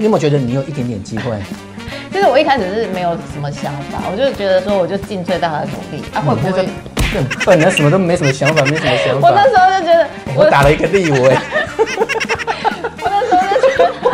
有没有觉得你有一点点机会？ 其实我一开始是没有什么想法，我就觉得说我就尽最大的努力啊，会不会？ 很笨，他什么都没什么想法，没什么想法。 我那时候就觉得， 我打了一个立委。 我那时候就觉得。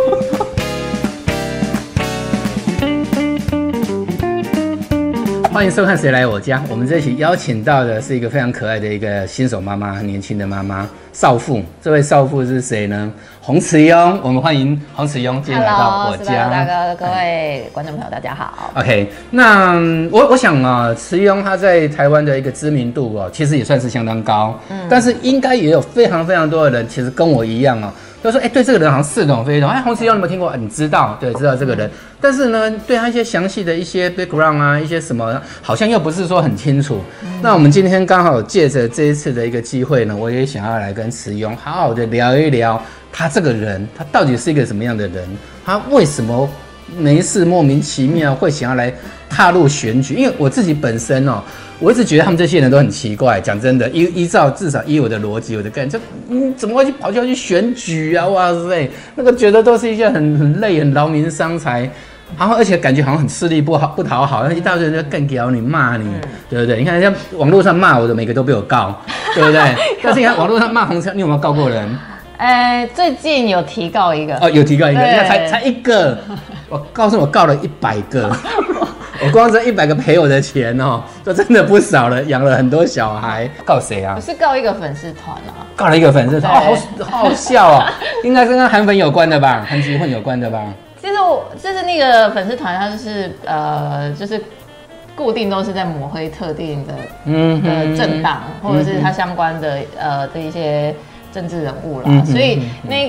欢迎收看《谁来我家》。我们这一期邀请到的是一个非常可爱的一个新手妈妈，很年轻的妈妈少妇。这位少妇是谁呢？洪慈庸。我们欢迎洪慈庸今天来到我家。 大哥，各位观众朋友，大家好。 OK， 那我想啊，慈庸他在台湾的一个知名度哦，其实也算是相当高。但是应该也有非常非常多的人，其实跟我一样哦。就说对这个人好像似懂非懂。洪慈庸你有没有听过？你知道，对，知道这个人。但是呢，对他一些详细的一些 background 啊，一些什么，好像又不是说很清楚。那我们今天刚好借着这一次的一个机会呢，我也想要来跟慈庸好好的聊一聊他这个人，他到底是一个什么样的人？他为什么没事莫名其妙会想要来踏入选举？因为我自己本身哦。我一直觉得他们这些人都很奇怪，讲真的，至少依我的逻辑，我的概念，就怎么会跑去选举啊？哇塞，那个觉得都是一件很累、很劳民伤财，然后而且感觉好像很吃力不讨好，一大堆人就更屌你骂你，对不对？你看像网络上骂我的每个都被我告，对不对？但是你看网络上骂洪慈庸，你有没有告过人？ 最近有提告一个哦，有提告一个，那才一个，我告诉我告了100个。我光这100个陪我的钱哦，就真的不少了，养了很多小孩。告谁啊？ 我是告一个粉丝团啊， 告了一个粉丝团，好好笑哦，应该是跟韩粉有关的吧，韩籍混有关的吧？ 其实就是那个粉丝团，它就是固定都是在抹黑特定的政党，或者是它相关的的一些政治人物啦，所以那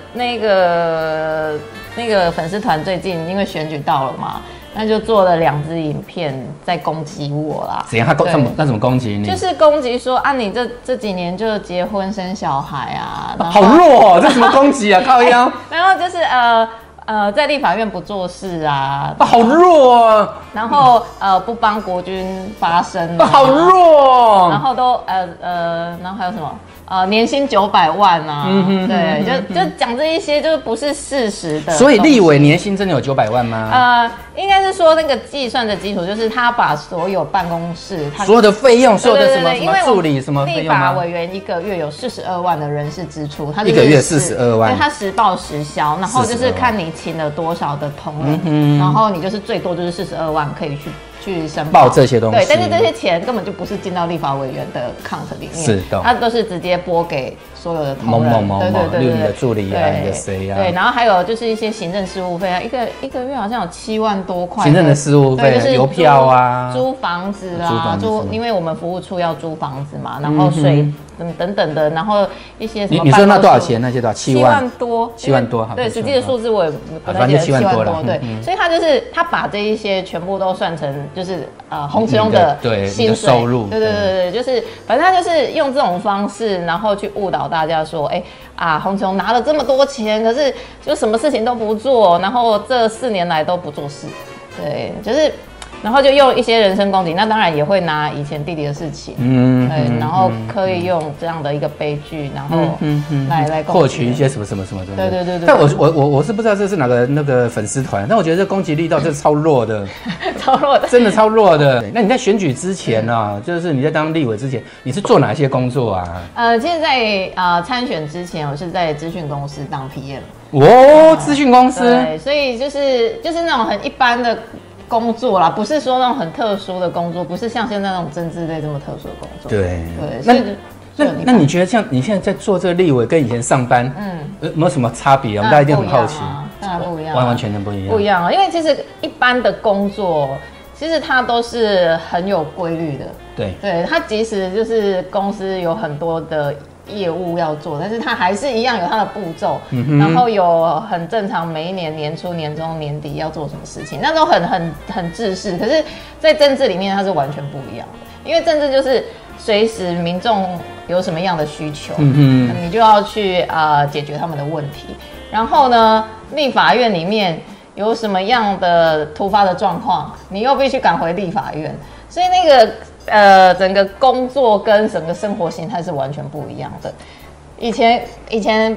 个粉丝团最近因为选举到了嘛。那就做了2支影片在攻击我啦。 怎样？他怎么攻击你？ 就是攻击说啊，你这几年就结婚生小孩啊， 好弱哦！这什么攻击啊？靠腰。 然后就是在立法院不做事啊， 好弱啊！ 然后不帮国军发声啊， 好弱。 然后都然后还有什么？年薪900万啊，对，就讲这一些就是不是事实的。 所以立委年薪真的有900万吗？ 应该是说那个计算的基础就是他把所有办公室， 所有的费用，所有的什么助理什么费用吗？ 立法委员1个月有42万的人事支出，他 1个月42万， 对，他实报实销，然后就是看你请了多少的同仁，然后你就是最多就是42万可以去申报这些东西， 对，但是这些钱根本就不是进到立法委员的 account 里面， 是的， 他都是直接拨给所有的同仁， 对，例如你的助理啊，你的谁啊， 对，然后还有就是一些行政事务费啊，一个月好像有7万多块， 行政的事务费， 就是邮票啊， 租房子啊，因为我们服务处要租房子嘛，然后税等等的，然后一些什么， 你说那多少钱？那些多少 ？7万多 ，7万多， 对，实际的数字我也不太记得，7万多，对，所以他把这一些全部都算成就是洪慈庸的薪水收入， 对，就是反正他就是用这种方式，然后去误导大家说，洪慈庸拿了这么多钱，可是就什么事情都不做，然后这4年来都不做事，对，就是。然后就用一些人身攻击，那当然也会拿以前弟弟的事情，对，然后刻意用这样的一个悲剧，然后来获取一些什么的， 对。 但我是不知道这是哪个那个粉丝团，但我觉得这攻击力道真的超弱的， 超弱的， 真的超弱的。那你在选举之前啊，就是你在当立委之前，你是做哪些工作啊？ 其实在参选之前，我是在资讯公司当 PM。 哦，资讯公司， 对，所以就是那种很一般的。工作啦，不是说那种很特殊的工作，不是像现在那种政治类这么特殊的工作。对， 那你觉得像你现在在做这个立委，跟以前上班，有没有什么差别啊？我们大家一定很好奇。 当然不一样， 完全的不一样。 不一样啊，因为其实一般的工作，其实它都是很有规律的。对，它即使就是公司有很多的。业务要做，但是它还是一样有它的步骤，然后有很正常，每一年年初、年中、年底要做什么事情，那都很制式。可是，在政治里面，它是完全不一样的，因为政治就是随时民众有什么样的需求，你就要去解决他们的问题。然后呢，立法院里面有什么样的突发的状况，你又必须赶回立法院，所以那个。整个工作跟整个生活形态是完全不一样的。以前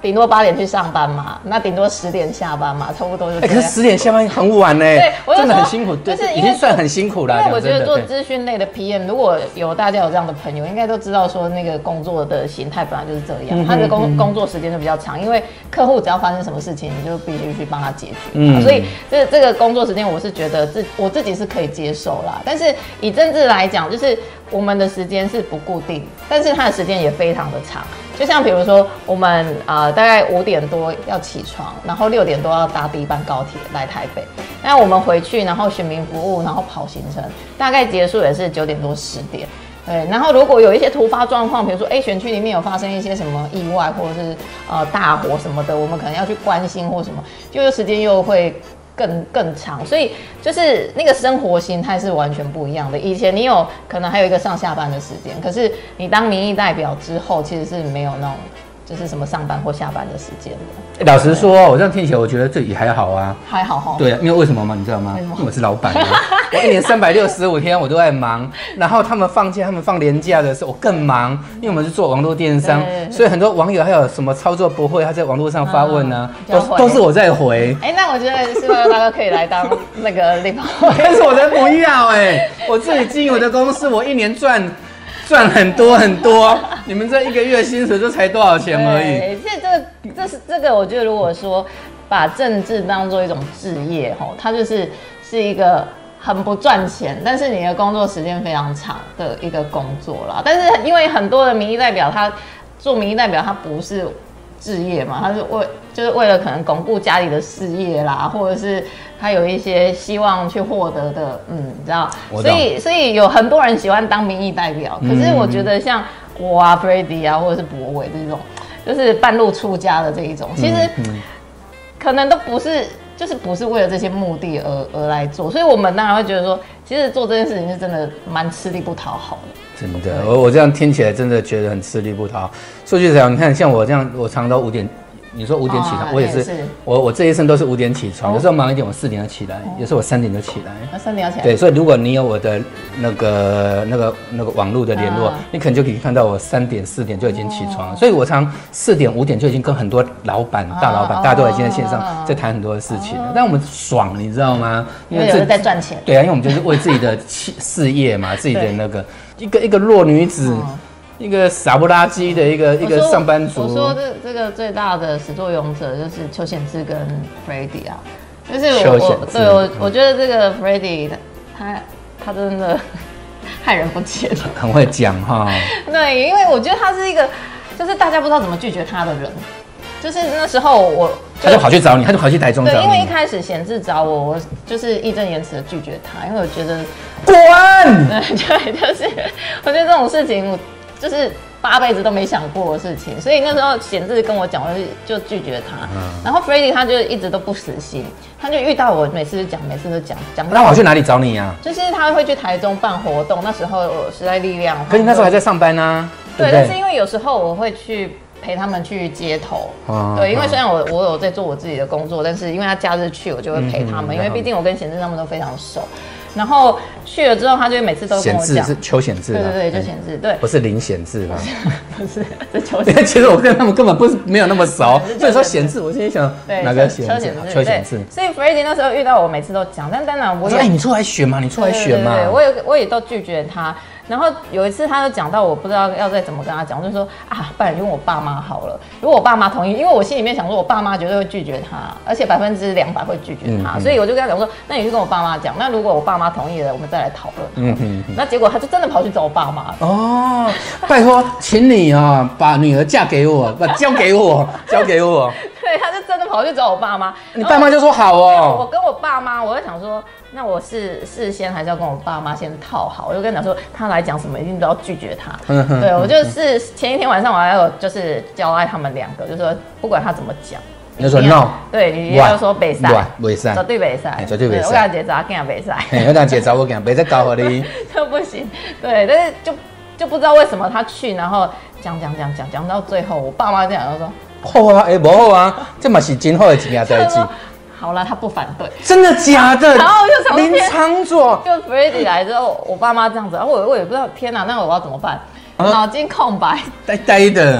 顶多8点去上班嘛，那顶多10点下班嘛，差不多就这样。 可是10点下班很晚呢， 对， 真的很辛苦，就是已经算很辛苦了。 因为我觉得做资讯类的 PM， 如果大家有这样的朋友，应该都知道说那个工作的形态本来就是这样，他的工作时间就比较长，因为客户只要发生什么事情，你就必须去帮他解决。所以这个工作时间，我是觉得我自己是可以接受啦。但是以政治来讲，就是我们的时间是不固定，但是它的时间也非常的长。就像比如说，我们大概5点多要起床，然后6点多要搭第一班高铁来台北。那我们回去，然后选民服务，然后跑行程，大概结束也是9点多10点。对，然后如果有一些突发状况，比如说选区里面有发生一些什么意外，或者是大火什么的，我们可能要去关心或什么，就是时间又会更长，所以就是那个生活形态是完全不一样的。以前你有可能还有一个上下班的时间，可是你当民意代表之后，其实是没有那种就是什么上班或下班的时间的。 老实说，我这样听起来，我觉得这也还好啊， 还好哈。 对啊，因为为什么吗？你知道吗？因为我是老板啊，我1年365天我都在忙，然后他们放假，他们放年假的时候我更忙，因为我们是做网络电商，所以很多网友还有什么操作不会，他在网络上发问呢，都是我在回。 那我觉得是不是大哥可以来当那个立法委员？ 但是我才不要我自己经营我的公司，我1年赚很多很多，你们这1个月薪水就才多少钱而已。 其实这个，我觉得如果说把政治当做一种志业它是一个很不赚钱，但是你的工作时间非常长的一个工作啦。但是因为很多的民意代表，他做民意代表，他不是志业嘛，他是就是为了可能巩固家里的事业啦，或者是他有一些希望去获得的，你知道，所以有很多人喜欢当民意代表。可是我觉得像我啊、Freddy 啊，或者是博伟这种，就是半路出家的这一种，其实可能都不是。就是不是为了这些目的而来做，所以我们当然会觉得说，其实做这件事情是真的蛮吃力不讨好的。 真的，我这样听起来真的觉得很吃力不讨好。说句实话，你看像我这样，我常常都5点。你说5点起床，我也是，我这一生都是5点起床，有时候忙一点我4点就起来，有时候我3点就起来。 3点要起来。 对，所以如果你有我的那个网络的联络，你可能就可以看到我3点4点就已经起床了。所以我常4点5点就已经跟很多老板、大老板，大家都已经在线上在谈很多的事情了。但我们爽，你知道吗？ 因为有人在赚钱。 对啊，因为我们就是为自己的事业嘛，自己的那个一个弱女子。一个傻不拉几的一个上班族。 我说这个最大的始作俑者就是邱显智跟 Freddy 啊，就是我觉得这个 Freddy 他真的害人不浅， 很会讲哈。 对，因为我觉得他是一个就是大家不知道怎么拒绝他的人。就是那时候他就跑去找你，他就跑去台中找你。对，因为一开始显智找我就是义正言辞的拒绝他，因为我觉得滚。 对，就是我觉得这种事情就是8辈子都没想过的事情，所以那时候显智跟我讲，我就拒绝他。然后 Freddy 他就一直都不死心，他就遇到我每次都讲。那我去哪里找你啊？ 就是他会去台中办活动，那时候时代力量。 可是你那时候还在上班啊？ 对，但是因为有时候我会去陪他们去街头，对，因为虽然我有在做我自己的工作，但是因为他假日去，我就会陪他们，因为毕竟我跟显智他们都非常熟。然后去了之后，他就每次都跟我讲， 是邱显智， 对，就显智，对， 不是林显智吧？ 不是，是邱显智。 其实我跟他们根本没有那么熟，所以说显智，我心里想哪个显智？邱显智。 所以 Freddy 那时候遇到我，每次都讲，但当然我说，你出来选嘛，你出来选嘛。 我也都拒绝他。然后有一次他就讲到我不知道要再怎么跟他讲，我就说不然问我爸妈好了。如果我爸妈同意，因为我心里面想说我爸妈绝对会拒绝他，而且200%会拒绝他，所以我就跟他讲说，那你就跟我爸妈讲，那如果我爸妈同意了，我们再来讨论。那结果他就真的跑去找我爸妈。 哦，拜托，请你把女儿嫁给我，交给我。 对，他就真的跑去找我爸妈。 你爸妈就说好哦。 我跟我爸妈，我就想说，那我事先还是要跟我爸妈先套好，我就跟他讲说，他来讲什么一定都要拒绝他。对，我就是前一天晚上我还有就是交代他们2个，就说不管他怎么讲， 你就说 no， 对，你要说袂使，绝对袂使， 绝对袂使。 我讲一个查囝袂使， 我讲一个查某囝袂使交给你， 这不行。对，但是就不知道为什么他去，然后讲到最后，我爸妈这样就说。 好啊，不好啊，这嘛是真好的一件代志。 好了，他不反对。 真的假的？ 然后就从林长佐就 Freddy 来之后，我爸妈这样子，然后我也不知道，天哪，那我要怎么办？脑筋空白， 呆的。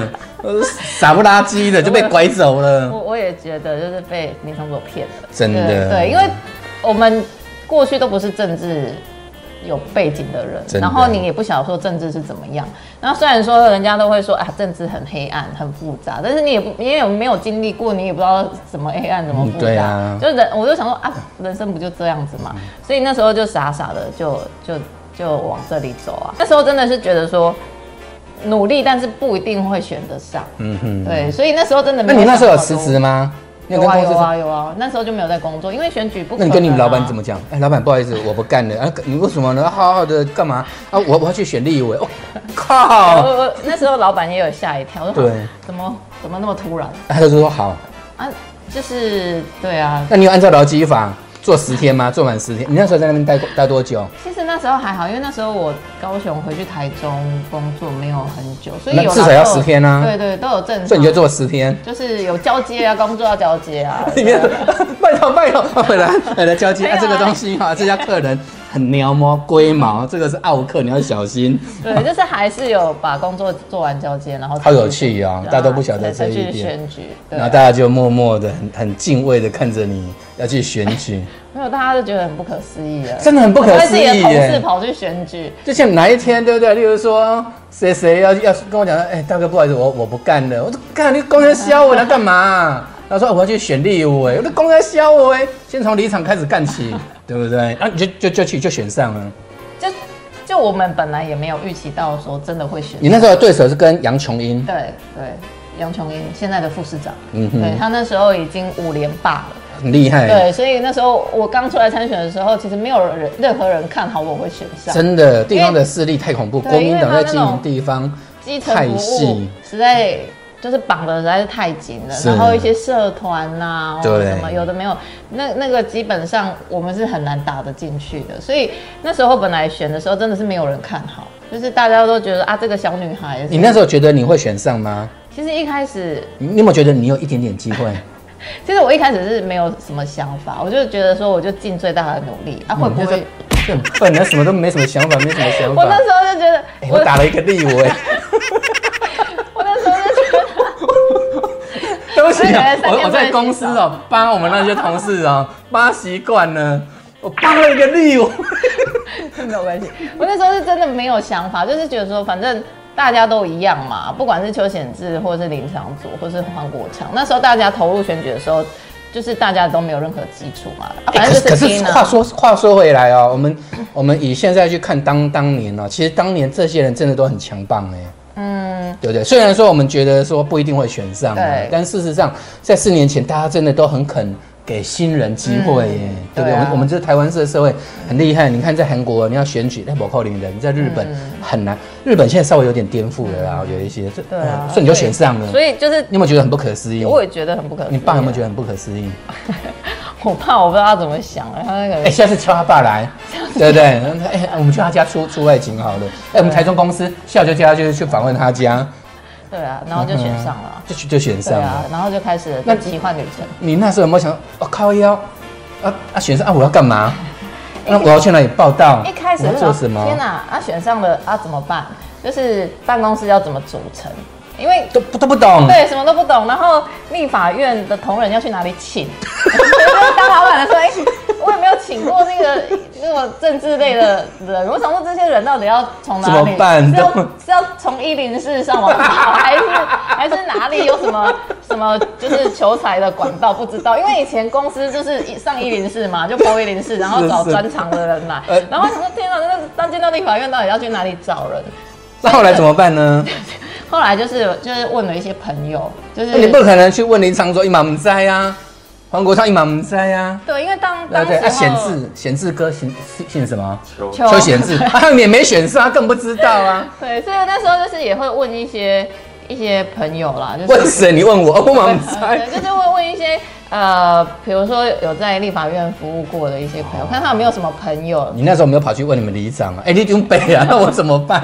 傻不拉几的就被拐走了。 我也觉得就是被民众所骗了， 真的。 对，因为我们过去都不是政治有背景的人，然后你也不晓得说政治是怎么样。然后虽然说人家都会说，政治很黑暗、很复杂，但是你也没有经历过，你也不知道怎么黑暗、怎么复杂。对啊，我就想说人生不就这样子嘛？所以那时候就傻傻的就往这里走啊。那时候真的是觉得说努力，但是不一定会选得上。对，所以那时候真的没有。 那你那时候有辞职吗？ 有啊，那时候就没有在工作，因为选举不可能。 那你跟你们老板怎么讲？老板，不好意思，我不干了。你为什么呢？好好的干嘛？我要去选立委。靠！ 我那时候老板也有吓一跳，对，怎么那么突然？ 他就说好就是对啊。 那你有按照劳基法做10天吗？做满10天？你那时候在那边待多久？ 其实那时候还好，因为那时候我高雄回去台中工作没有很久，所以至少要10天啊。 对，都有正常。 所以你就做10天， 就是有交接啊，工作要交接啊。 拜托，回来交接这个东西这家客人很鸟毛龟毛，这个是奥客，你要小心。 对，就是还是有把工作做完交接，然后好有趣啊，大家都不晓得这一点。 选举， 然后大家就默默的很敬畏的看着你要去选举。 没有，大家都觉得很不可思议了， 真的很不可思议耶！ 自己的同事跑去选举， 就像哪一天，对不对？例如说谁要跟我讲，大哥不好意思，我不干了。我说干，你公开削我，你要干嘛？他说我要去选立委，我说公开削我，先从离场开始干起，对不对？然后你就选上了。 就我们本来也没有预期到说真的会选上。 你那时候的对手是跟杨琼英， 对，杨琼英现在的副市长，对他那时候已经5连霸了。 很厉害， 对，所以那时候我刚出来参选的时候，其实没有任何人看好我会选上。 真的，地方的势力太恐怖，国民党在经营地方基层服务实在就是绑的实在是太紧了，然后一些社团呐，什么有的没有，那个基本上我们是很难打得进去的。所以那时候本来选的时候真的是没有人看好，就是大家都觉得这个小女孩。 你那时候觉得你会选上吗？ 其实一开始， 你有没有觉得你有一点点机会？ 其实我一开始是没有什么想法，我就觉得说我就尽最大的努力会不会很笨？你什么都没什么想法，没什么想法。 我那时候就觉得， 我打了一个立委。 我那时候就觉得， 对不起我在公司帮我们那些同事帮习惯了，我帮了一个立委。 没有关系，我那时候是真的没有想法，就是觉得说反正。大家都一样嘛，不管是邱显智，或是林昶佐，或是黄国昌，那时候大家投入选举的时候，就是大家都没有任何基础嘛。反正可是话说回来我们以现在去看当年其实当年这些人真的都很强棒对不对？虽然说我们觉得说不一定会选上，但事实上在4年前，大家真的都很肯给新人机会耶，对不对？我们这台湾社会很厉害。你看，在韩国你要选举，那不靠领人；在日本很难。日本现在稍微有点颠覆了啦，有一些， 对啊， 所以你就选上了。 所以就是你有没有觉得很不可思议？ 我也觉得很不可思议。 你爸有没有觉得很不可思议？ 我爸我不知道他怎么想的，他那个下次叫他爸来，对不对？我们去他家出外景好了。我们台中公司下午就叫他去访问他家。 对啊，然后就选上了， 就选上了， 然后就开始了那奇幻旅程。 你那时候有没有想，靠腰选上我要干嘛？那我要去哪里报到？ 一开始做什么？ 天哪，选上了怎么办？就是办公室要怎么组成？因为都不懂， 对，什么都不懂。然后立法院的同仁要去哪里请？当老板的时候，我也没有请过那个政治类的人。我想说，这些人到底要从哪里？ 怎么办？ 是要从104上网找，还是哪里有什么就是求财的管道？不知道，因为以前公司就是上104嘛，就PO 104，然后找专长的人来。然后我想说，天哪，那当进到立法院到底要去哪里找人？ 那后来怎么办呢？ 后来就是问了一些朋友，就是你不可能去问林昶佐一码不知呀，黄国昌一码不知呀。 对，因为当时显智哥姓什么？ 邱显智，他也没选上，他更不知道啊。 对，所以那时候就是也会问一些朋友啦，就是问谁？你问我，我码不知。 对，就是问一些比如说有在立法院服务过的一些朋友，看他有没有什么朋友。 你那时候没有跑去问你们里长你用北啊，那我怎么办？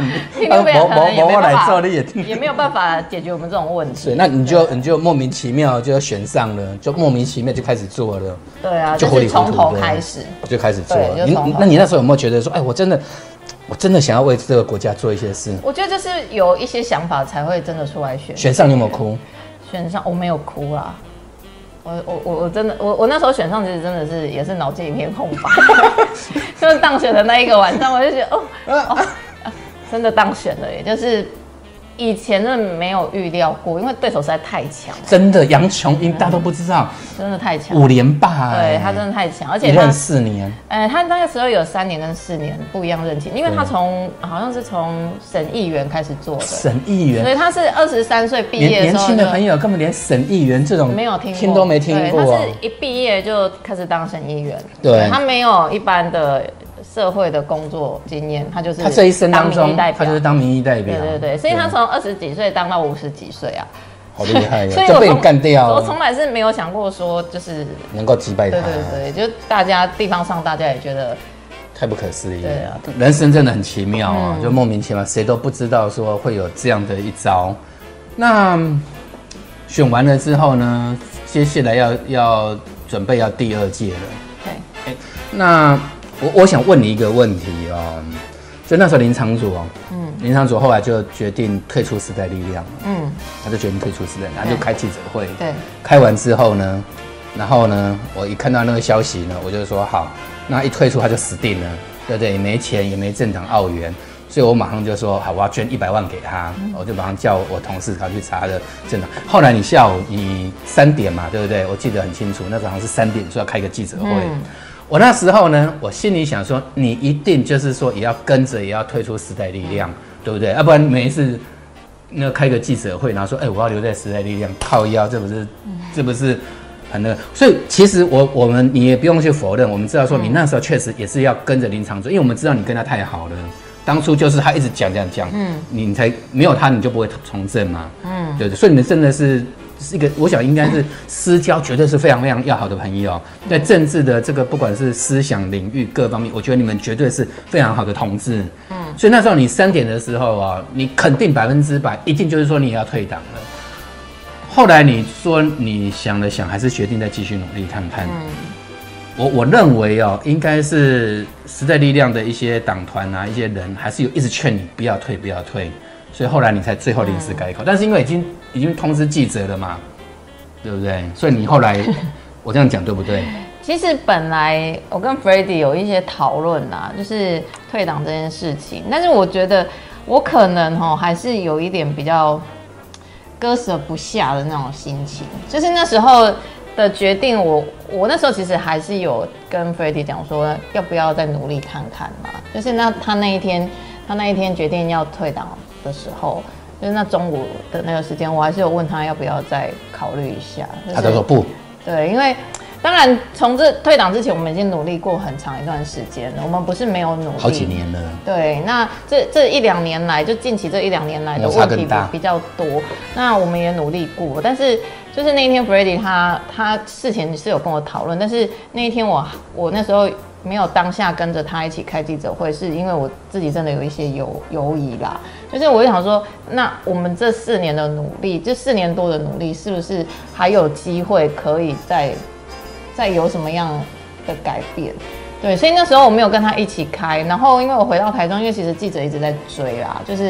也没有办法解决我们这种问题。 那你就莫名其妙就选上了，就莫名其妙就开始做了。 对啊，就是从头开始， 就开始做了。那你那时候有没有觉得说，我真的我真的想要为这个国家做一些事。 我觉得就是有一些想法才会真的出来选。 选上你有没有哭？ 选上我没有哭啦。我真的我那时候选上，其实真的是也是脑筋一片空白。就是当选的那一个晚上，我就觉得真的当选了耶，就是以前真的没有预料过，因为对手实在太强了。 真的，杨琼英大家都不知道， 真的太强 ，5连霸， 对他真的太强，而且他一任4年， 他那个时候有3年跟4年不一样任期，因为他好像是从省议员开始做的， 省议员， 所以他是23岁毕业的时候， 年轻的朋友根本连省议员这种没有听都没听过， 他是一毕业就开始当省议员， 对， 他没有一般的社会的工作经验，他就是他这一生当中，他就是当民意代表， 对，所以他从20几岁当到50几岁啊， 好厉害呀， 所以就被你干掉。 我从来是没有想过说就是能够击败他， 对，就大家地方上大家也觉得太不可思议， 对啊， 人生真的很奇妙啊，就莫名其妙，谁都不知道说会有这样的一招。那选完了之后呢，接下来要准备要第2届了， 对， 那。我想问你一个问题哦，就那时候林昶佐林昶佐后来就决定退出时代力量，他就决定退出时代，然后就开记者会， 对， 开完之后呢，然后呢，我一看到那个消息呢，我就说好，那一退出他就死定了，对不对？也没钱，也没政党澳元，所以我马上就说好，我要捐100万给他，我就马上叫我同事他去查他的政党。后来你下午你3点嘛，对不对？我记得很清楚，那时候好像是3点说要开个记者会。我那时候呢，我心里想说，你一定就是说也要跟着，也要退出时代力量，对不对？要不然每一次那开个记者会，然后说，我要留在时代力量，靠腰，这不是很那个？所以其实我们你也不用去否认，我们知道说你那时候确实也是要跟着林昶佐，因为我们知道你跟他太好了，当初就是他一直讲，你才没有他你就不会从政嘛，对，所以你们真的是一个，我想应该是私交绝对是非常非常要好的朋友，在政治的这个不管是思想领域各方面，我觉得你们绝对是非常好的同志。所以那时候你3点的时候啊，你肯定100%一定就是说你也要退党了。后来你说你想了想，还是决定再继续努力看看。我认为应该是时代力量的一些党团啊，一些人还是有一直劝你不要退，不要退。所以后来你才最后临时改口，但是因为已经通知记者了嘛，对不对？所以你后来我这样讲对不对？ 其实本来我跟 Freddy 有一些讨论啦，就是退党这件事情，但是我觉得我可能还是有一点比较割舍不下的那种心情，就是那时候的决定我那时候其实还是有跟 Freddy 讲说要不要再努力看看嘛，就是他那一天决定要退党的时候，就是那中午的那个时间，我还是有问他要不要再考虑一下。 他就说不。对， 因为当然从这退党之前，我们已经努力过很长一段时间了，我们不是没有努力， 好几年了。对， 那这1-2年来，就近期这1-2年来的问题比较多，那我们也努力过，但是就是那一天 Freddy 他事前是有跟我讨论，但是那一天我那时候没有当下跟着他一起开记者会，是因为我自己真的有一些犹疑啦。就是我就想说，那我们这4年的努力，这4年多的努力，是不是还有机会可以再有什么样的改变？对，所以那时候我没有跟他一起开。然后因为我回到台中，因为其实记者一直在追啦，就是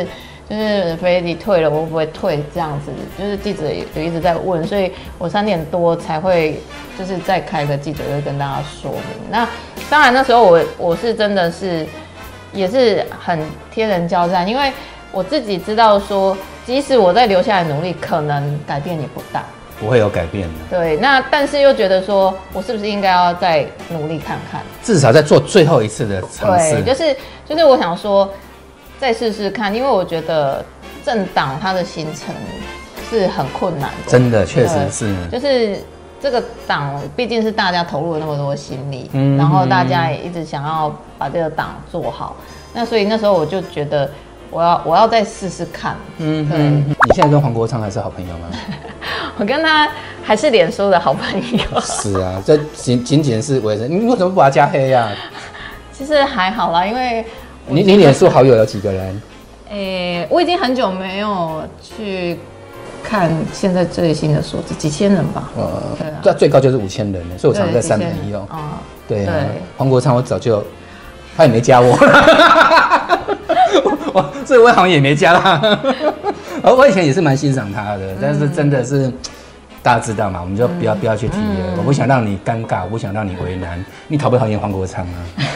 Freddy 退了，我会不会退这样子？就是记者也一直在问，所以我3点多才会就是再开个记者会跟大家说明。那当然那时候我是真的是也是很天人交战，因为我自己知道说，即使我再留下来努力，可能改变也不大， 不会有改变的。 对，那但是又觉得说我是不是应该要再努力看看， 至少再做最后一次的尝试。 对，就是我想说再试试看，因为我觉得政党它的形成是很困难的， 真的确实是， 就是这个党毕竟是大家投入了那么多心力，然后大家也一直想要把这个党做好，那所以那时候我就觉得我要再试试看。对。你现在跟黄国昌还是好朋友吗？ 我跟他还是脸书的好朋友。 是啊，这仅仅是为人，你为什么不把他加黑呀？ 其实还好啦，因为你脸书好友有几个人？ 我已经很久没有去看现在最新的数字，几千人吧。 对啊，最高就是5000人，所以我常在3朋友。对啊，黄国昌我早就他也没加我。 所以我好像也没加他。我以前也是蛮欣赏他的，但是真的是大家知道嘛，我们就不要去提了。我不想让你尴尬，我不想让你为难。你讨不讨厌黄国昌啊？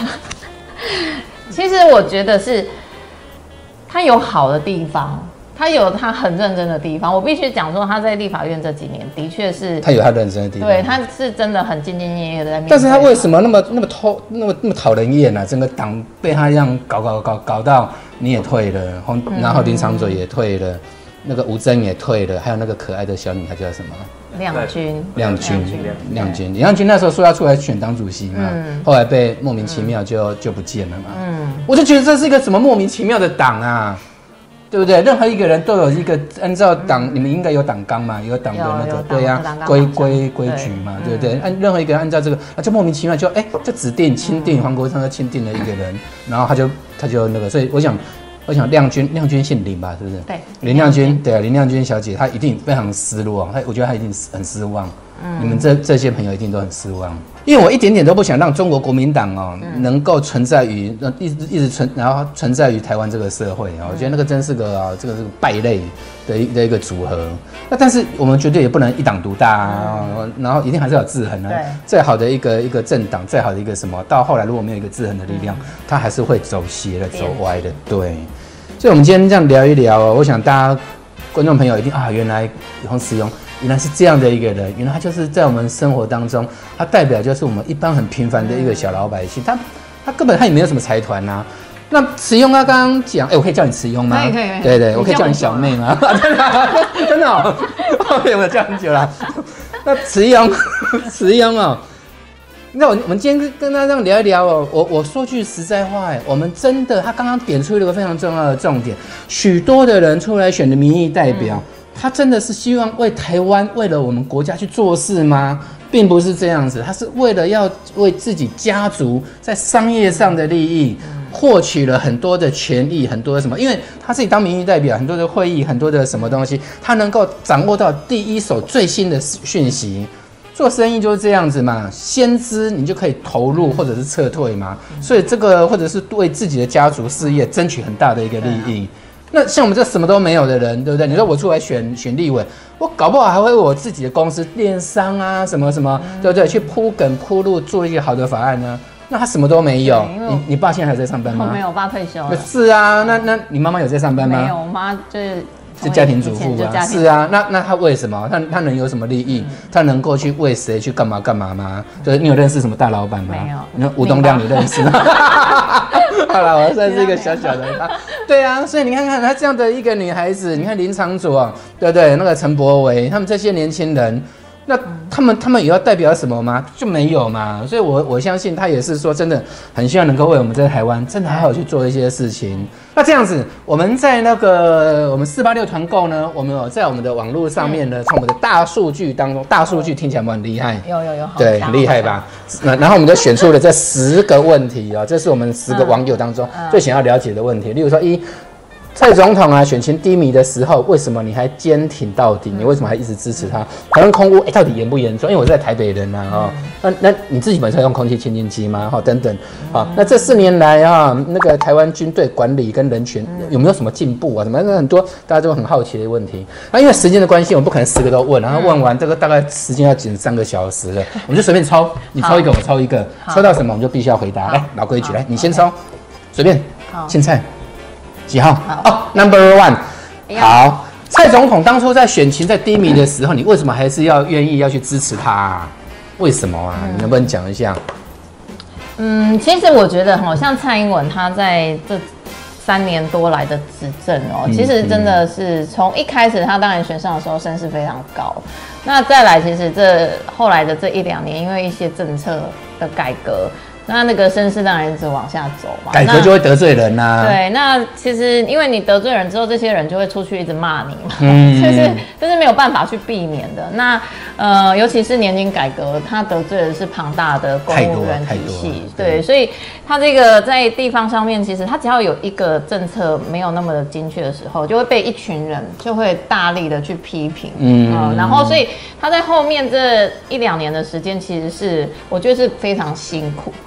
其实我觉得是他有好的地方。他有他很认真的地方，我必须讲说他在立法院这几年的确是， 他有他认真的地方， 对，他是真的很兢兢业业的在面对。 但是他为什么那么讨人厌啊？整个党被他这样搞到你也退了，然后林昶佐也退了，那个吴峥也退了，还有那个可爱的小女孩叫什么？亮君那时候说要出来选党主席嘛，后来被莫名其妙就不见了嘛。我就觉得这是一个什么莫名其妙的党啊！对不对？任何一个人都有一个按照党，你们应该有党纲嘛，有党的那个对呀规矩嘛，对不对？任何一个人按照这个，就莫名其妙就指定钦定黄国昌就钦定了一个人，然后他就那个，所以我想亮君姓林吧，是不是？ 对， 林亮君，对啊，林亮君小姐她一定非常失落，我觉得她一定很失望。你们这些朋友一定都很失望，因为我一点点都不想让中国国民党能够存在于一直然后存在于台湾这个社会我觉得那个真是个这个是个败类的一个组合。那但是我们绝对也不能一党独大然后一定还是要制衡啊。再好的一个政党，再好的一个什么，到后来如果没有一个制衡的力量，它还是会走斜的、走歪的。对，所以我们今天这样聊一聊我想大家观众朋友一定原来洪慈庸。原来是这样的一个人，原来他就是在我们生活当中，他代表就是我们一般很平凡的一个小老百姓，他根本他也没有什么财团啊。那慈庸他刚刚讲，我可以叫你慈庸吗？ 可以， 对，我可以叫你小妹吗？真的哦，我叫很久了。那慈庸那我们今天跟他这样聊一聊我说句实在话我们真的他刚刚点出了一个非常重要的重点，许多的人出来选的民意代表。他真的是希望为台湾、为了我们国家去做事吗？并不是这样子，他是为了要为自己家族在商业上的利益，获取了很多的权益，很多的什么？因为他自己当民意代表，很多的会议，很多的什么东西，他能够掌握到第一手最新的讯息。做生意就是这样子嘛，先知你就可以投入或者是撤退嘛，所以这个或者是为自己的家族事业争取很大的一个利益。那像我们这什么都没有的人，对不对？你说我出来选立委，我搞不好还会为我自己的公司电商啊什么什么，对不对？去铺梗铺路，做一些好的法案呢？那他什么都没有。你爸现在还在上班吗？ 我没有，我爸退休了。 是啊，那你妈妈有在上班吗？ 没有，我妈就是家庭主妇啊。是啊，那他为什么？他能有什么利益？他能够去为谁去干嘛吗？就是你有认识什么大老板吗？ 没有。 你说吴东亮你认识吗？好了，我算是一个小小的对啊，所以你看看她这样的一个女孩子，你看林昶佐对不对？那个陈柏惟，他们这些年轻人，那他们也要代表什么吗？就没有嘛。所以我相信他也是说真的很希望能够为我们在台湾真的好好去做一些事情。那这样子，我们在那个我们486团购呢，我们有在我们的网络上面呢，从我们的大数据当中，大数据听起来很厉害， 有， 对，很厉害吧？然后我们就选出了这10个问题这是我们10个网友当中最想要了解的问题。例如说蔡总统选情低迷的时候，为什么你还坚挺到底？你为什么还一直支持他？台湾空污到底严不严重？因为我在台北人那你自己本身用空气清净机吗？等等那这4年来那个台湾军队管理跟人权有没有什么进步什么很多大家都很好奇的问题。那因为时间的关系，我们不可能10个都问，然后问完这个大概时间要紧3个小时了，我们就随便抽，你抽一个，我抽一个，抽到什么我们就必须要回答。来，老规矩，来你先抽，随便，青菜。几号？Number 1。好，蔡总统当初在选情在低迷的时候，你为什么还是愿意要去支持他为什么你能不能讲一下？ 其实我觉得像蔡英文他在这3年多来的执政其实真的是从一开始他当然选上的时候声势非常高，那再来其实后来的这1-2年，因为一些政策的改革。那个声势当然一直往下走嘛， 改革就会得罪人对，那其实因为你得罪人之后，这些人就会出去一直骂你嘛，这是没有办法去避免的。那尤其是年金改革，他得罪的是庞大的公务员体系，对，所以他这个在地方上面，其实他只要有一个政策没有那么的精确的时候，就会被一群人就会大力的去批评，然后所以他在后面这1-2年的时间，其实是我觉得是非常辛苦。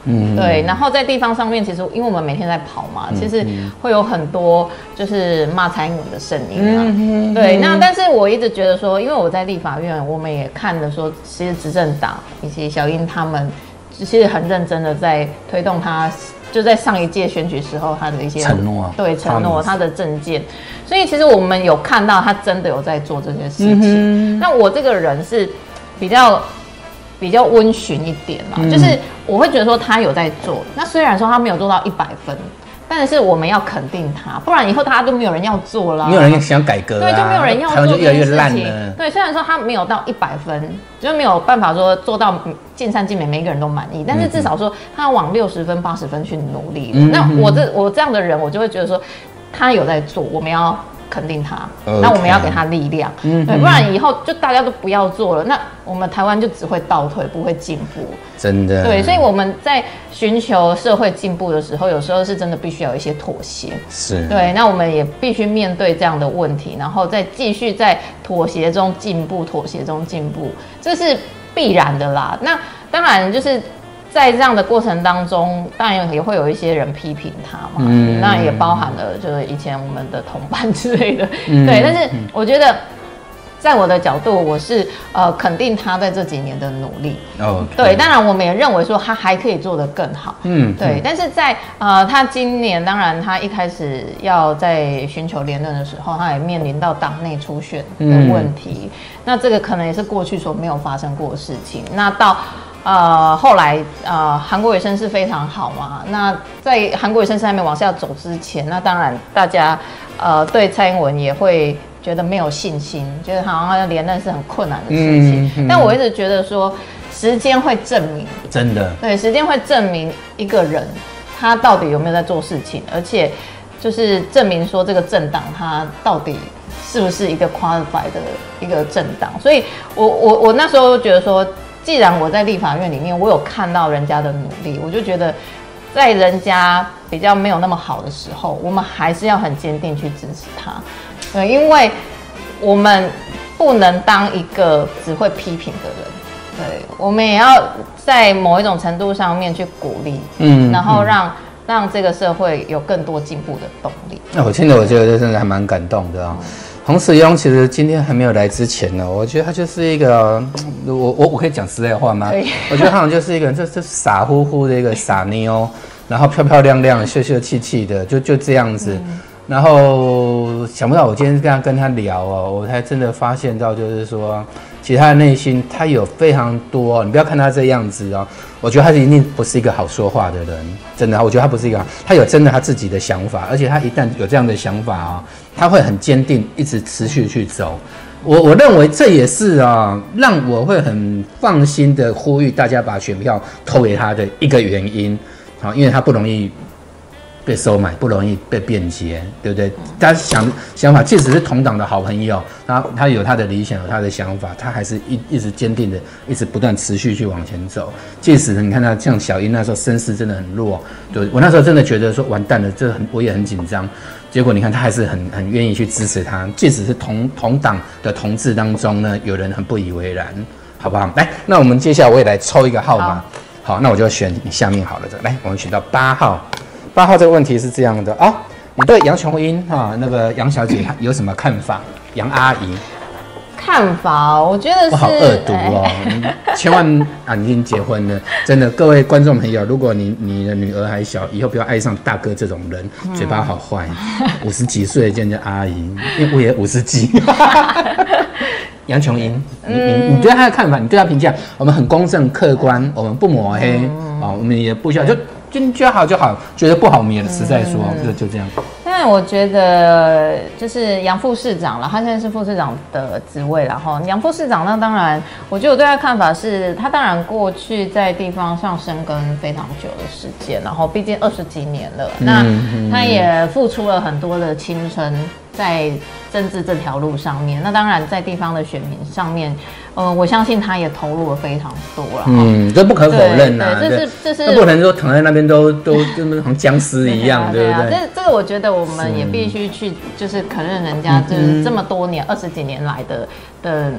对，然后在地方上面，其实因为我们每天在跑嘛，其实会有很多就是骂蔡英文的声音啊。对，那但是我一直觉得说，因为我在立法院，我们也看了说，其实执政党以及小英他们其实很认真的在推动他，就在上一届选举时候他的一些承诺， 对承诺他的政见，所以其实我们有看到他真的有在做这些事情。那我这个人是比较温驯一点嘛，就是我会觉得说他有在做。那虽然说他没有做到100分，但是我们要肯定他，不然以后大家都没有人要做了， 没有人想改革， 对，就没有人要做这件事情， 台湾就越来越烂了。 对，虽然说他没有到100分，就没有办法说做到尽善尽美，每一个人都满意，但是至少说他要往60分、80分去努力。那我这样的人，我就会觉得说他有在做，我们要肯定他，那我们要给他力量，对，不然以后就大家都不要做了，那我们台湾就只会倒退，不会进步。 真的， 对，所以我们在寻求社会进步的时候，有时候是真的必须要有一些妥协。 是， 对，那我们也必须面对这样的问题，然后再继续在妥协中进步，妥协中进步，这是必然的啦。那当然就是在这样的过程当中，当然也会有一些人批评他嘛，那也包含了就是以前我们的同伴之类的，对。但是我觉得，在我的角度，我是肯定他在这几年的努力。对，当然我们也认为说他还可以做得更好。对。但是在他今年，当然他一开始要在寻求连任的时候，他也面临到党内初选的问题。那这个可能也是过去所没有发生过的事情。那到后来韩国瑜声势非常好嘛，那在韩国瑜声势还没往下走之前，那当然大家对蔡英文也会觉得没有信心，觉得好像连任是很困难的事情。但我一直觉得说，时间会证明， 真的，对， 时间会证明一个人他到底有没有在做事情，而且就是证明说这个政党他到底是不是一个 qualified 的一个政党。所以我那时候觉得说，既然我在立法院里面，我有看到人家的努力，我就觉得在人家比较没有那么好的时候，我们还是要很坚定去支持他。对，因为我们不能当一个只会批评的人，对，我们也要在某一种程度上面去鼓励，然后让这个社会有更多进步的动力。 那我听了，我觉得真的还蛮感动的啊。洪慈庸其实今天还没有来之前呢，我觉得他就是一个，我可以讲实在话吗？我觉得他好像就是一个就是傻乎乎的一个傻妞，然后漂漂亮亮、秀秀气气的，就这样子。然后想不到我今天跟他聊哦，我才真的发现到，就是说，其实他的内心他有非常多，你不要看他这样子哦，我觉得他一定不是一个好说话的人，真的，我觉得他不是一个，他有真的他自己的想法，而且他一旦有这样的想法啊，他会很坚定，一直持续去走。我认为这也是啊，让我会很放心的呼吁大家把选票投给他的一个原因，好，因为他不容易被收买，不容易被辩解，对不对？他想法，即使是同党的好朋友，他有他的理想，有他的想法，他还是一直坚定的，一直不断持续去往前走。即使你看他像小英那时候声势真的很弱，对，我那时候真的觉得说完蛋了，我也很紧张。结果你看他还是很愿意去支持他，即使是同党的同志当中呢，有人很不以为然，好不好？来，那我们接下来我也来抽一个号码，好，那我就选你下面好了的，来，我们选到8号。8号这个问题是这样的啊，你对杨琼英那个杨小姐有什么看法？杨阿姨看法，我觉得是不好恶毒哦，千万啊，你已经结婚了，真的，各位观众朋友，如果你的女儿还小，以后不要爱上大哥这种人，嘴巴好坏，50几岁见人家阿姨，因为我也50几。杨琼英，你对她的看法，你对她评价，我们很公正客观，我们不抹黑啊，我们也不需要就觉得好就好，觉得不好我们也实在说，就这样。 但我觉得就是杨副市长了，他现在是副市长的职位，然后杨副市长那当然，我觉得我对他的看法是，他当然过去在地方上深耕非常久的时间，然后毕竟20几年了，那他也付出了很多的青春在政治这条路上面，那当然在地方的选民上面，我相信他也投入了非常多了。 这不可否认啊。 对，这是不能说躺在那边都跟像僵尸一样，对不对？ 这个我觉得我们也必须去就是承认人家就是这么多年20几年来的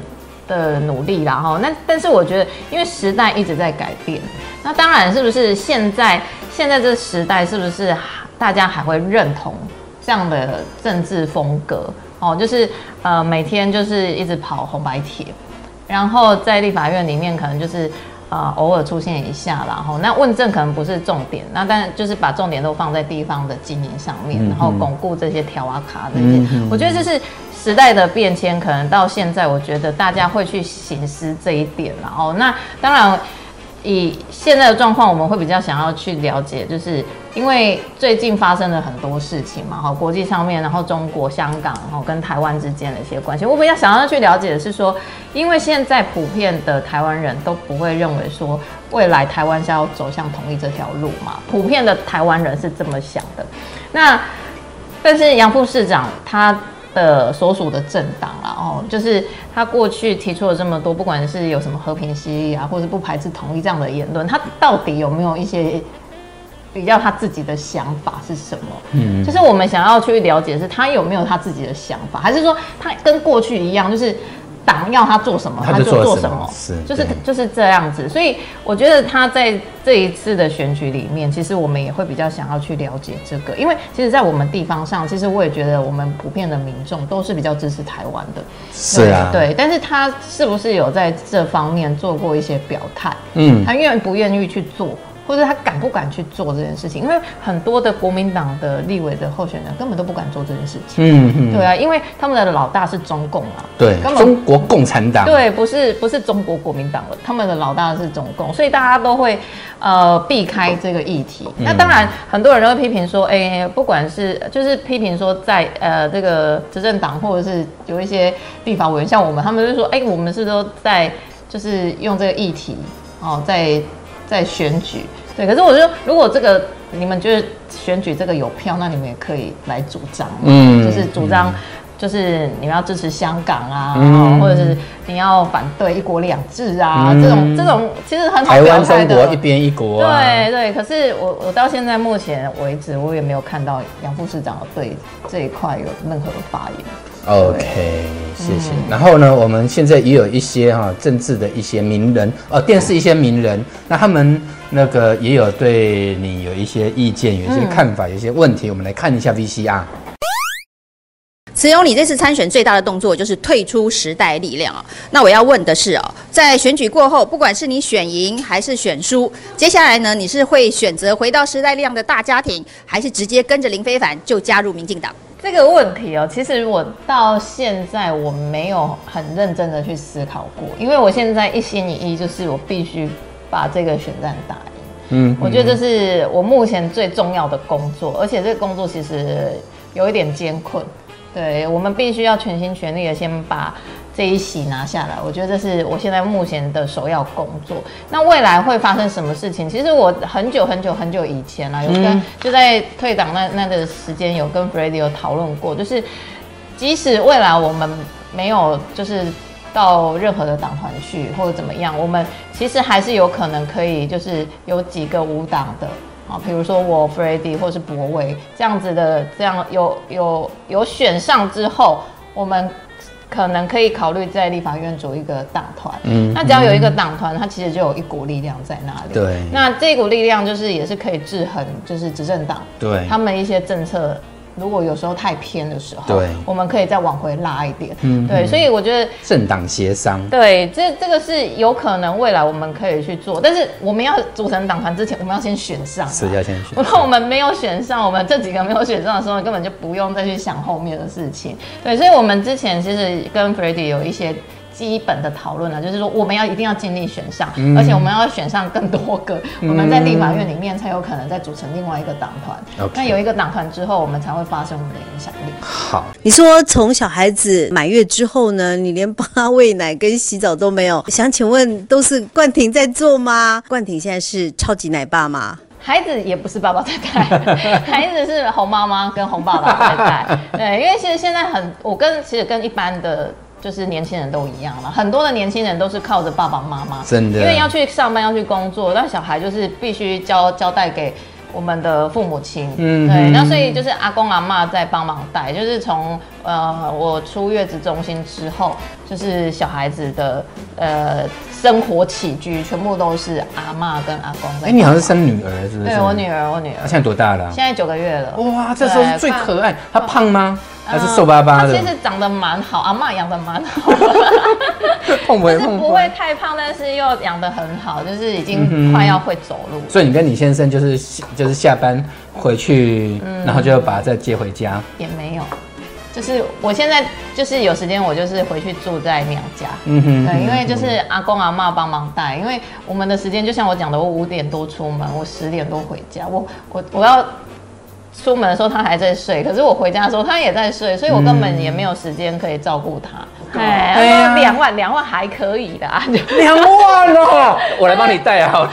的努力啦哈。那但是我觉得，因为时代一直在改变，那当然是不是现在这时代是不是大家还会认同这样的政治风格？哦，就是每天就是一直跑红白帖，然后在立法院里面可能就是偶尔出现一下啦，那问政可能不是重点，那但就是把重点都放在地方的经营上面，然后巩固这些条啊卡这些，我觉得这是时代的变迁，可能到现在我觉得大家会去省思这一点啦。哦，那当然以现在的状况，我们会比较想要去了解，就是因为最近发生了很多事情嘛，国际上面，然后中国、香港，然后跟台湾之间的一些关系，我比较想要去了解的是说，因为现在普遍的台湾人都不会认为说未来台湾是要走向统一这条路嘛，普遍的台湾人是这么想的。那但是杨副市长他的所属的政党啦，就是他过去提出了这么多，不管是有什么和平协议啊，或者不排斥统一这样的言论，他到底有没有一些比较他自己的想法是什么？就是我们想要去了解，是他有没有他自己的想法，还是说他跟过去一样，就是党要他做什么他就做什么，就是这样子。所以我觉得他在这一次的选举里面，其实我们也会比较想要去了解这个，因为其实在我们地方上，其实我也觉得我们普遍的民众都是比较支持台湾的， 是啊， 对。但是他是不是有在这方面做过一些表态？他愿不愿意去做？或者他敢不敢去做这件事情？因为很多的国民党的立委的候选人根本都不敢做这件事情。对啊，因为他们的老大是中共啊， 对，中国共产党， 对，不是中国国民党了，他们的老大是中共，所以大家都会避开这个议题。那当然，很多人都会批评说，不管是就是批评说在这个执政党或者是有一些立法委员，像我们，他们就说，我们是不是都在就是用这个议题在选举，对，可是我觉得，如果这个你们觉得选举这个有票，那你们也可以来主张，就是主张，就是你们要支持香港啊，或者是你要反对一国两制啊，这种其实很好表态的。台湾中国一边一国啊， 对。可是我到现在目前为止，我也没有看到杨副市长对这一块有任何的发言。 OK， 谢谢。然后呢，我们现在也有一些政治的一些名人，电视一些名人，那他们那个也有对你有一些意见，有一些看法，有一些问题，我们来看一下 VCR。 慈庸，你这次参选最大的动作就是退出时代力量。那我要问的是在选举过后，不管是你选赢还是选输，接下来呢，你是会选择回到时代力量的大家庭，还是直接跟着林非凡就加入民进党？ 这个问题其实我到现在我没有很认真的去思考过，因为我现在一心一意就是我必须把这个选战打赢。我觉得这是我目前最重要的工作，而且这个工作其实有一点艰困。对，我们必须要全心全力的先把这一席拿下来，我觉得这是我现在目前的首要工作。那未来会发生什么事情？其实我很久以前有跟就在退党那个时间有跟 Freddy 有讨论过，就是即使未来我们没有就是到任何的党团去或者怎么样，我们其实还是有可能可以就是有几个无党的。比如说我 Freddy 或是博伟这样子的，这样有选上之后，我们可能可以考虑在立法院组一个党团。那只要有一个党团，它其实就有一股力量在那里。 对， 那这股力量就是也是可以制衡，就是执政党对他们一些政策。如果有时候太偏的时候，对，我们可以再往回拉一点。对，所以我觉得政党协商， 对，这个是有可能未来我们可以去做，但是我们要组成党团之前，我们要先选上， 是要先选上。 如果我们没有选上，我们这几个没有选上的时候，根本就不用再去想后面的事情。对，所以我们之前其实跟 Freddy 有一些基本的讨论就是说我们一定要尽力选上，而且我们要选上更多个，我们在立法院里面才有可能再组成另外一个党团。那有一个党团之后，我们才会发生我们的影响力。 好， 你说从小孩子满月之后呢，你连帮他喂奶跟洗澡都没有，想请问都是冠廷在做吗？冠廷现在是超级奶爸吗？ 孩子也不是爸爸在带，孩子是洪妈妈跟洪爸爸在带。对，因为其实现在其实跟一般的就是年轻人都一样了，很多的年轻人都是靠着爸爸妈妈， 真的， 因为要去上班要去工作，那小孩就是必须交代给我们的父母亲，对，那所以就是阿公阿嬷在帮忙带，就是从我出月子中心之后，就是小孩子的生活起居全部都是阿嬷跟阿公在。 你好像是生女儿是不是？ 对，我女儿。 她现在多大了？ 现在9个月了。 哇，这时候是最可爱。她胖吗？还是瘦巴巴的？ 她其实长得蛮好，阿嬷养得蛮好的， 碰不会不会太胖，但是又养得很好，就是已经快要会走路。 所以你跟你先生就是下班回去，然后就把他再接回家？ 也没有。就是我现在就是有时间，我就是回去住在娘家，对，因为就是阿公阿嬷帮忙带，因为我们的时间就像我讲的，我5点多出门，我10点多回家，我要出门的时候他还在睡，可是我回家的时候他也在睡，所以我根本也没有时间可以照顾他。2万还可以的啊 ，2万哦，我来帮你带好了。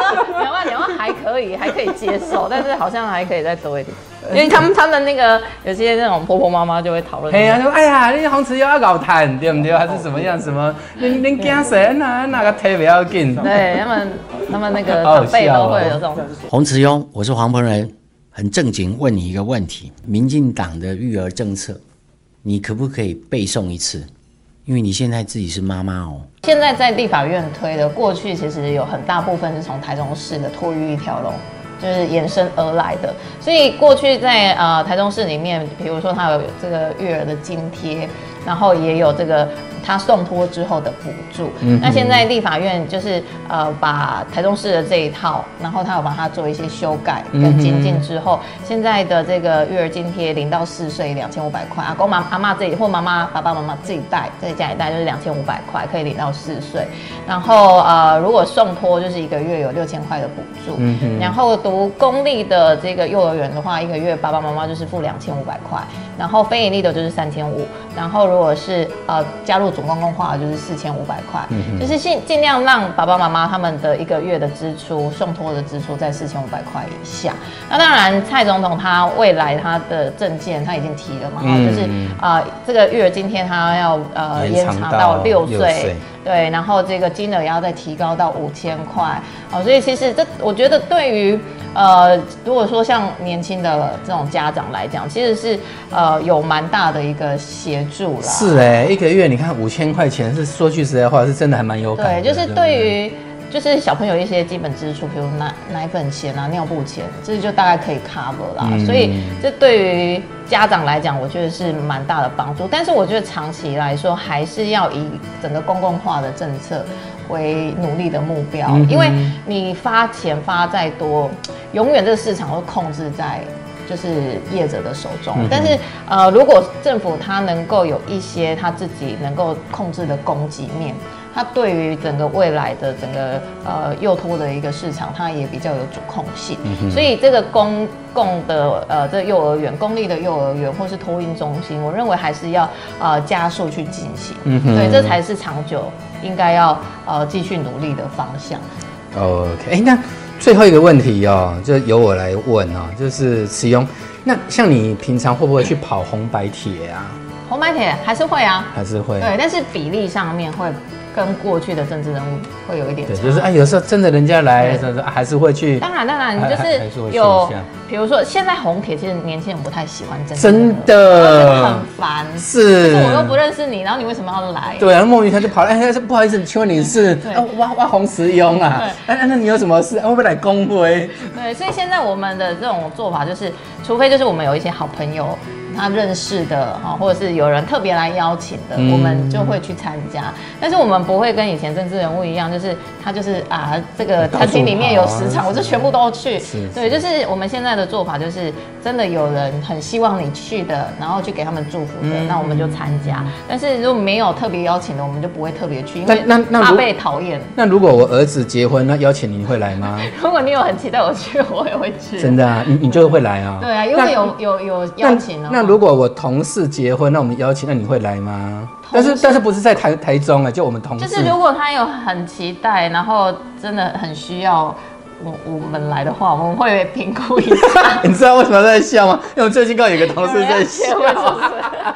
2万还可以接受，但是好像还可以再多一点。因为他们那个有些那种婆婆妈妈就会讨论， 说哎呀，你红瓷要搞谈对不对？还是怎么样？什么你惊谁？那个腿不要紧。 对他们那个长辈都会有这种。 洪慈庸，我是黄鹏仁，很正经问你一个问题：民进党的育儿政策，你可不可以背诵一次？因为你现在自己是妈妈哦。 现在在立法院推的，过去其实有很大部分是从台中市的托育一条龙。就是延伸而来的，所以过去在台中市里面，比如说它有这个育儿的津贴，然后也有这个他送托之后的补助。那现在立法院就是把台中市的这一套，然后他有把它做一些修改跟精进之后，现在的这个育儿津贴0到4岁2500块，阿公阿嬷自己或爸爸妈妈自己带，在家里带就是2500块，可以领到4岁。然后如果送托就是1个月有6000块的补助，然后读公立的这个幼儿园的话，1个月爸爸妈妈就是付2500块，然后非营利的就是3500，然后如果是加入主公共化的就是4500块，就是尽量让爸爸妈妈他们的1个月的支出送托的支出在4500块以下。那当然蔡总统他未来他的政见他已经提了嘛，就是这个育儿津贴他要延长到6岁。对，然后这个金额也要再提高到5000块，所以其实我觉得对于如果说像年轻的这种家长来讲，其实是有蛮大的一个协助啦。 是1个月你看5000块钱，是说句实在话，是真的还蛮有感的。 对，就是对于就是小朋友一些基本支出，比如奶粉钱啊、尿布钱，这就大概可以 cover 啦。所以这对于家长来讲，我觉得是蛮大的帮助。但是我觉得长期来说，还是要以整个公共化的政策为努力的目标，因为你发钱发再多，永远这个市场会控制在就是业者的手中。但是如果政府它能够有一些它自己能够控制的供给面，它对于整个未来的整个幼托的一个市场，它也比较有主控性。所以这个公共的这幼儿园、公立的幼儿园或是托婴中心，我认为还是要加速去进行。对，这才是长久应该要继续努力的方向。 OK， 那最后一个问题就由我来问就是慈庸，那像你平常会不会去跑红白帖啊？ 红白帖还是会啊， 还是会。对， 但是比例上面会跟过去的政治人物会有一点差。 对，就是有时候真的人家来，还是会去。 当然，就是有，比如说现在红帖，其实年轻人不太喜欢政治人物， 真的很烦。 是， 我又不认识你，然后你为什么要来？ 对啊，莫名其妙就跑来，不好意思，请问你是挖洪慈庸啊？那你有什么事？会不会来恭维？ 对，所以现在我们的这种做法就是，除非就是我们有一些好朋友。他认识的或者是有人特别来邀请的，我们就会去参加。但是我们不会跟以前政治人物一样，就是他就是这个餐厅里面有10场，我就全部都去。对，就是我们现在的做法，就是真的有人很希望你去的，然后去给他们祝福的，那我们就参加。但是如果没有特别邀请的，我们就不会特别去，因为怕被讨厌。 那如果我儿子结婚，那邀请你会来吗？ 如果你有很期待我去，我也会去。 真的啊，你就会来啊？ 对啊，因为有邀请那如果我同事结婚，那我们邀请，那你会来吗？但是不是在台中就我们同事。 就是如果他有很期待，然后真的很需要我们来的话，我们会评估一下。 你知道为什么在笑吗？因为我最近刚好有个同事在笑。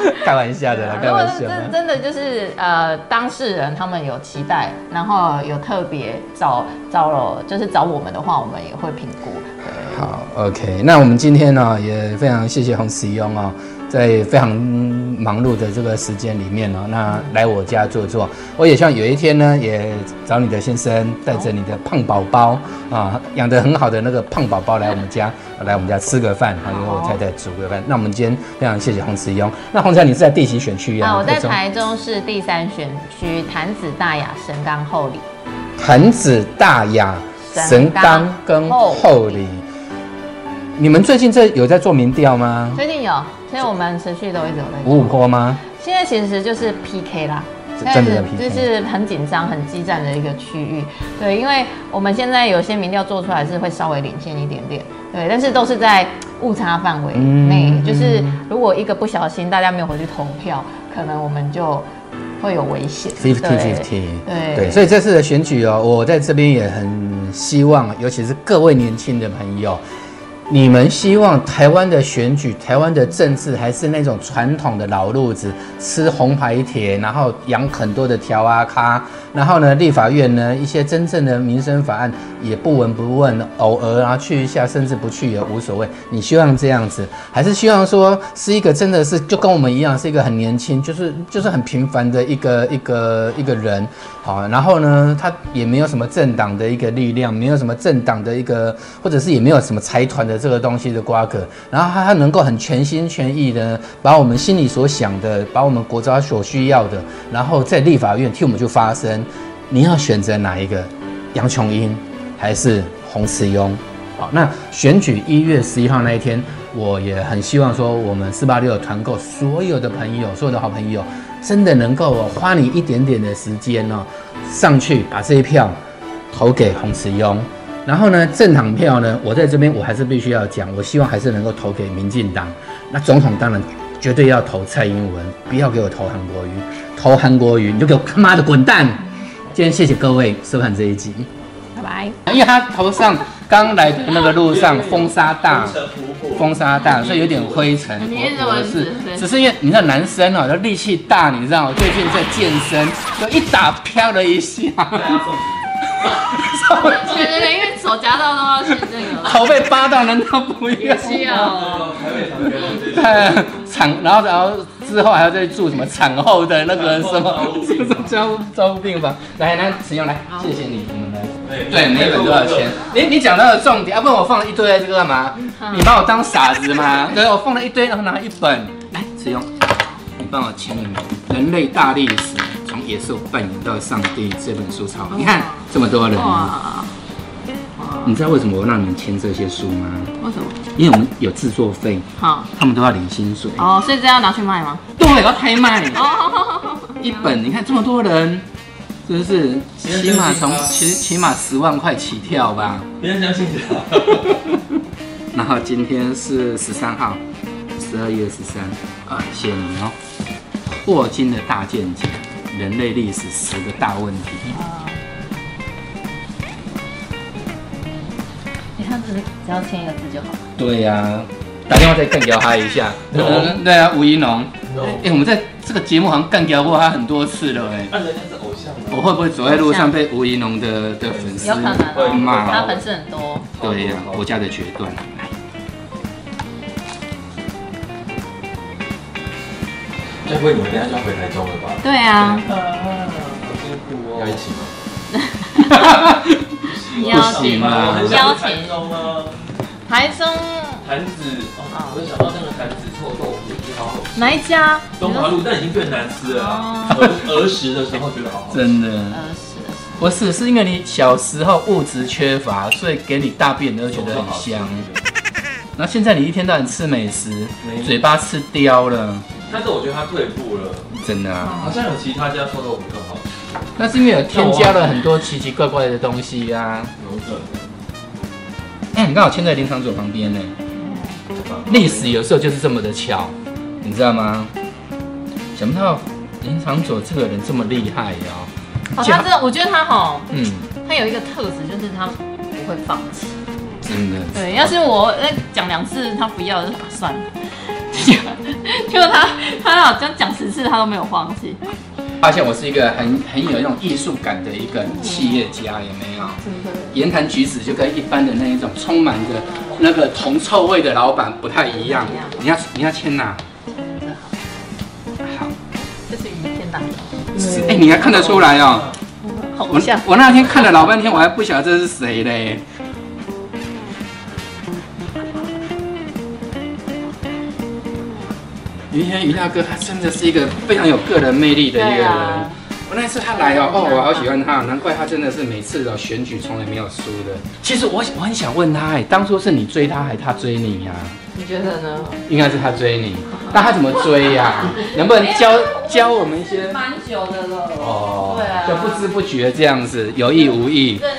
开玩笑的啦，开玩笑。 如果是真的就是当事人他们有期待，然后有特别找了，就是找我们的话，我们也会评估。 好 ，OK， 那我们今天呢也非常谢谢洪慈庸哦，在非常忙碌的这个时间里面哦，那来我家坐坐。我也希望有一天呢，也找你的先生带着你的胖宝宝啊，养得很好的那个胖宝宝来我们家吃个饭，然后由我太太煮个饭。那我们今天非常谢谢洪慈庸。那洪才你是在第几选区啊？ 我在台中市第3选区潭子、大雅、神冈、后里。 潭子、大雅、神冈跟后里。你们最近有在做民调吗？ 最近有，现在我们持续都一直有在做。55%吗？ 现在其实就是 PK 啦， 真的 PK， 就是很紧张、很激战的一个区域。对，因为我们现在有些民调做出来是会稍微领先一点点，对，但是都是在误差范围内。就是如果一个不小心大家没有回去投票，可能我们就会有危险。 50-50，对，所以这次的选举哦，我在这边也很希望，尤其是各位年轻的朋友。你们希望台湾的选举、台湾的政治，还是那种传统的老路子，吃红牌帖，然后养很多的条啊咖，然后呢，立法院呢一些真正的民生法案也不闻不问，偶尔然后去一下，甚至不去也无所谓。你希望这样子，还是希望说是一个真的是就跟我们一样，是一个很年轻，就是很平凡的一个人，好，然后呢，他也没有什么政党的一个力量，没有什么政党的一个，或者是也没有什么财团的这个东西的瓜葛，然后他能够很全心全意的把我们心里所想的，把我们国家所需要的，然后在立法院替我们去发声。你要选择哪一个？杨琼英还是洪慈庸？好，那选举1月11号那一天，我也很希望说，我们486团购所有的朋友，所有的好朋友，真的能够花你一点点的时间哦，上去把这一票投给洪慈庸。然后呢，政党票呢，我在这边我还是必须要讲，我希望还是能够投给民进党。那总统当然绝对要投蔡英文，不要给我投韩国瑜，投韩国瑜你就给我他妈的滚蛋！今天谢谢各位收看这一集， 拜拜。 因为他头上刚来的那个路上风沙大，所以有点灰尘。只是因为你知道男生哦，力气大，你知道我最近在健身，就一打飘了一下。 对，因为手夹到都要去这个， 头被扒到，难道不要？ 需要。 然后之后还要再住什么产后的那个什么照护病房。来，慈庸来，谢谢你，我们来。对，每本多少钱？你讲到的重点，不然我放了一堆在这个干嘛？你把我当傻子吗？对，我放了一堆，然后拿一本。来，慈庸，你帮我签个名，《人类大历史》。从野兽扮演到上帝这本书超好，你看这么多人，你知道为什么我让你们签这些书吗？ 为什么？ 因为我们有制作费， 好， 他们都要领薪水。 哦，所以这要拿去卖吗？ 对，要拍卖。一本，你看这么多人，是不是？起码10万块起跳吧？ 别人相信他。 然后今天是13号，12月13啊，谢谢你哦。霍金的大见解。人类历史10个大问题。 他只要签一个字就好。 对呀，打电话再干掉他一下。对啊，吴怡农。我们在这个节目好像干掉过他很多次了哎。 那人家是偶像。 我会不会走在路上被吴怡农的粉丝骂？他粉丝很多。 对呀，国家的决断。 该不会你们等下就要回台中了吧？ 对啊。 好辛苦哦。要一起吗？ 邀请吗？邀请。台中。 潭子，我就想到那个潭子臭豆腐，好好吃。 哪一家？ 东华路，但已经变难吃了。儿时的时候觉得好好吃。 真的。不是，是因为你小时候物质缺乏，所以给你大便都觉得很香。然后现在你一天到晚吃美食，嘴巴吃刁了。 但是我觉得他退步了， 真的啊， 好像有其他家臭豆腐更好吃。 那是因为有添加了很多奇奇怪怪的东西呀。 有可能。你刚好签在林长佐旁边呢。历史有时候就是这么的巧，你知道吗？想不到林长佐这个人这么厉害哦。 他真的，我觉得他他有一个特质，就是他不会放弃。 真的。 对，要是我讲2次他不要，就算了。 结果他好像讲10次他都没有放弃。 发现我是一个很有那种艺术感的一个企业家，有没有？言谈举止就跟一般的那一种充满着那个铜臭味的老板不太一样。你要签哪？好， 这是于天堂。 哎，你还看得出来哦？ 好像。 我那天看了老半天，我还不晓得这是谁嘞。于大哥，他真的是一个非常有个人魅力的一个人。我那次他来哦，我好喜欢他，难怪他真的是每次的选举从来没有输的。其实我很想问他，当初是你追他，还是他追你呀？ 你觉得呢？ 应该是他追你，那他怎么追呀？能不能教我们一些？ 蛮久的了。 哦， 对啊， 就不知不觉这样子，有意无意。 对，